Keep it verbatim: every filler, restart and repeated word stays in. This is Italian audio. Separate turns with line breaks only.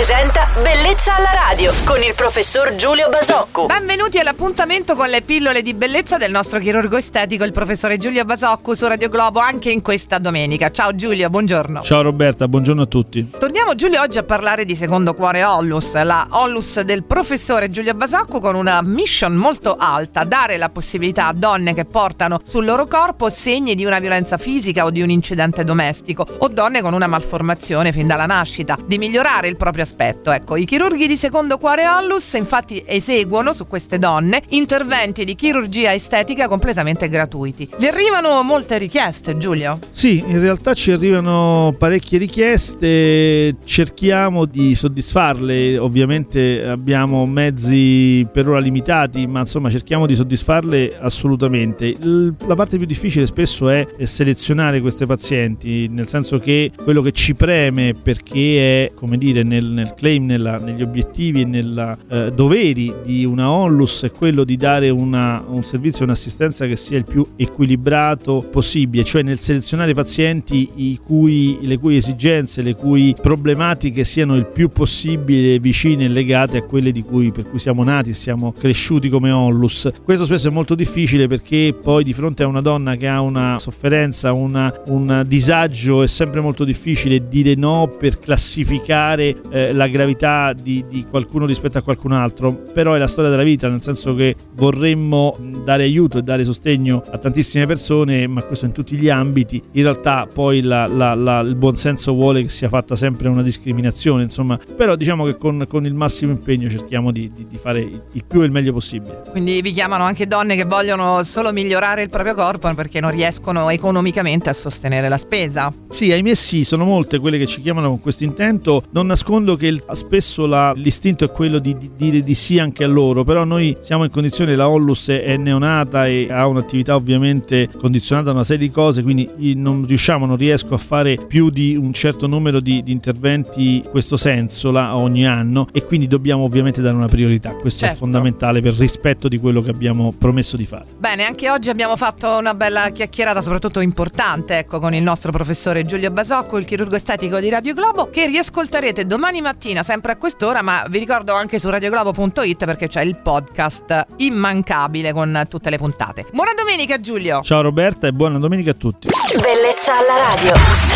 presenta Bellezza alla radio con il professor Giulio Basocco.
Benvenuti all'appuntamento con le pillole di bellezza del nostro chirurgo estetico, il professore Giulio Basocco, su Radio Globo anche in questa domenica. Ciao Giulio, buongiorno.
Ciao Roberta, buongiorno a tutti.
Torniamo Giulio oggi a parlare di secondo cuore Onlus, la Onlus del professore Giulio Basocco, con una mission molto alta: dare la possibilità a donne che portano sul loro corpo segni di una violenza fisica o di un incidente domestico, o donne con una malformazione fin dalla nascita, di migliorare il proprio aspetto. Ecco, i chirurghi di secondo cuore Onlus infatti eseguono su queste donne interventi di chirurgia estetica completamente gratuiti. Vi arrivano molte richieste, Giulio?
Sì, in realtà ci arrivano parecchie richieste, cerchiamo di soddisfarle, ovviamente abbiamo mezzi per ora limitati, ma insomma cerchiamo di soddisfarle assolutamente. Il, la parte più difficile spesso è selezionare queste pazienti, nel senso che quello che ci preme, perché è, come dire, nel, nel claim, nella, negli obiettivi e nei eh, doveri di una Onlus, è quello di dare una, un servizio, un'assistenza che sia il più equilibrato possibile, cioè nel selezionare pazienti i cui, le cui esigenze, le cui problematiche siano il più possibile vicine e legate a quelle di cui, per cui siamo nati, siamo cresciuti come Onlus. Questo spesso è molto difficile, perché poi di fronte a una donna che ha una sofferenza, una, un disagio, è sempre molto difficile dire no per classificare eh, la gravità di, di qualcuno rispetto a qualcun altro. Però è la storia della vita, nel senso che vorremmo dare aiuto e dare sostegno a tantissime persone, ma questo in tutti gli ambiti. In realtà poi la, la, la, il buonsenso vuole che sia fatta sempre una discriminazione, insomma, però diciamo che con, con il massimo impegno cerchiamo di, di, di fare il più e il meglio possibile.
Quindi vi chiamano anche donne che vogliono solo migliorare il proprio corpo perché non riescono economicamente a sostenere la spesa?
Sì, ahimè sì, sono molte quelle che ci chiamano con questo intento. Non nascondo che il, spesso la, l'istinto è quello di, di dire di sì anche a loro, però noi siamo in condizione, la Onlus è neonata e ha un'attività ovviamente condizionata da una serie di cose, quindi non riusciamo, non riesco a fare più di un certo numero di, di interventi in questo senso là, ogni anno, e quindi dobbiamo ovviamente dare una priorità. Questo certo. È fondamentale per rispetto di quello che abbiamo promesso di fare.
Bene, anche oggi abbiamo fatto una bella chiacchierata, soprattutto importante, ecco, con il nostro professore Giulio Basocco, il chirurgo estetico di Radio Globo, che riascolterete domani mattina sempre a quest'ora, ma vi ricordo anche su radioglobo punto it, perché c'è il podcast immancabile con tutte le puntate. Buona domenica Giulio!
Ciao Roberta e buona domenica a tutti.
Bellezza alla radio.